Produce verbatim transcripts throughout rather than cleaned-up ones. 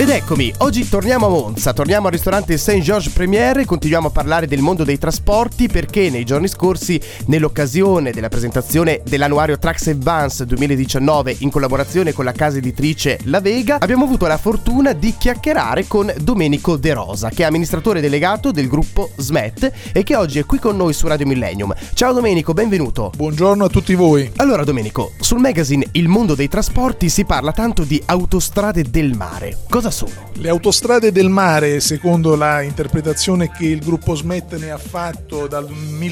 Ed eccomi, oggi torniamo a Monza, torniamo al ristorante Saint Georges Premier e continuiamo a parlare del mondo dei trasporti, perché nei giorni scorsi, nell'occasione della presentazione dell'annuario Trucks and Vans duemiladiciannove in collaborazione con la casa editrice La Vega, abbiamo avuto la fortuna di chiacchierare con Domenico De Rosa, che è amministratore delegato del gruppo S M E T e che oggi è qui con noi su Radio Millennium. Ciao Domenico, benvenuto. Buongiorno a tutti voi. Allora Domenico, sul magazine Il Mondo dei Trasporti si parla tanto di autostrade del mare. Cosa sono? Le autostrade del mare, secondo la interpretazione che il gruppo S M E T ne ha fatto dal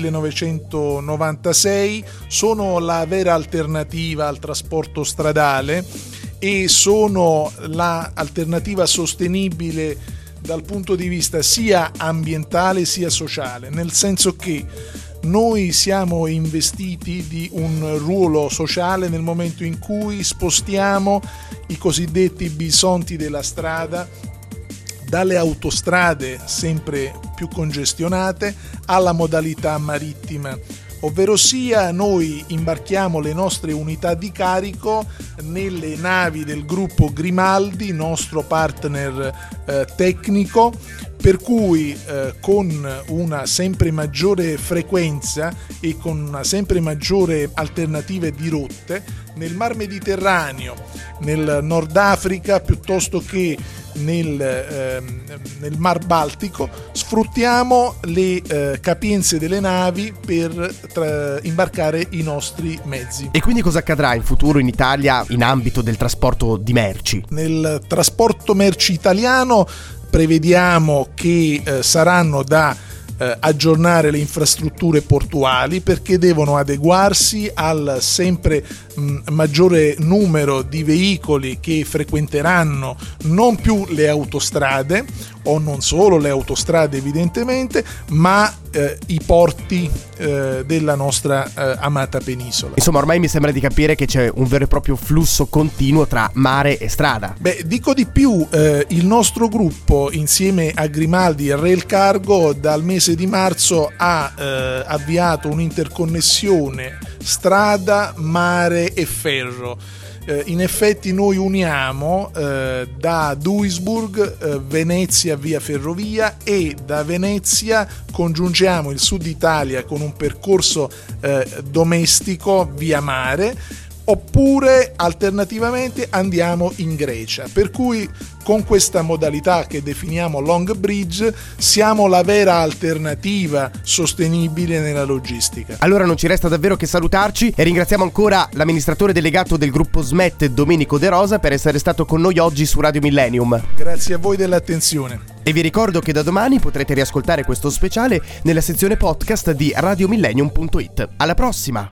millenovecentonovantasei, sono la vera alternativa al trasporto stradale e sono l'alternativa sostenibile dal punto di vista sia ambientale sia sociale, nel senso che noi siamo investiti di un ruolo sociale nel momento in cui spostiamo i cosiddetti bisonti della strada dalle autostrade sempre più congestionate alla modalità marittima, ovvero sia noi imbarchiamo le nostre unità di carico nelle navi del gruppo Grimaldi, nostro partner eh, tecnico, per cui eh, con una sempre maggiore frequenza e con una sempre maggiore alternativa di rotte nel Mar Mediterraneo, nel Nord Africa piuttosto che nel, eh, nel Mar Baltico, sfruttiamo le eh, capienze delle navi per tra- imbarcare i nostri mezzi. E quindi cosa accadrà in futuro in Italia in ambito del trasporto di merci? Nel trasporto merci italiano prevediamo che eh, saranno da eh, aggiornare le infrastrutture portuali, perché devono adeguarsi al sempre mh, maggiore numero di veicoli che frequenteranno non più le autostrade, o non solo le autostrade evidentemente, ma eh, i porti eh, della nostra eh, amata penisola. Insomma, ormai mi sembra di capire che c'è un vero e proprio flusso continuo tra mare e strada. Beh, dico di più, eh, il nostro gruppo insieme a Grimaldi e Rail Cargo dal mese di marzo ha eh, avviato un'interconnessione strada, mare e ferro. Eh, in effetti noi uniamo eh, da Duisburg eh, Venezia via ferrovia e da Venezia congiungiamo il sud Italia con un percorso eh, domestico via mare, oppure alternativamente andiamo in Grecia, per cui con questa modalità che definiamo long bridge siamo la vera alternativa sostenibile nella logistica. Allora non ci resta davvero che salutarci e ringraziamo ancora l'amministratore delegato del gruppo S M E T, Domenico De Rosa, per essere stato con noi oggi su Radio Millennium. Grazie a voi dell'attenzione. E vi ricordo che da domani potrete riascoltare questo speciale nella sezione podcast di radio millennium punto it. Alla prossima!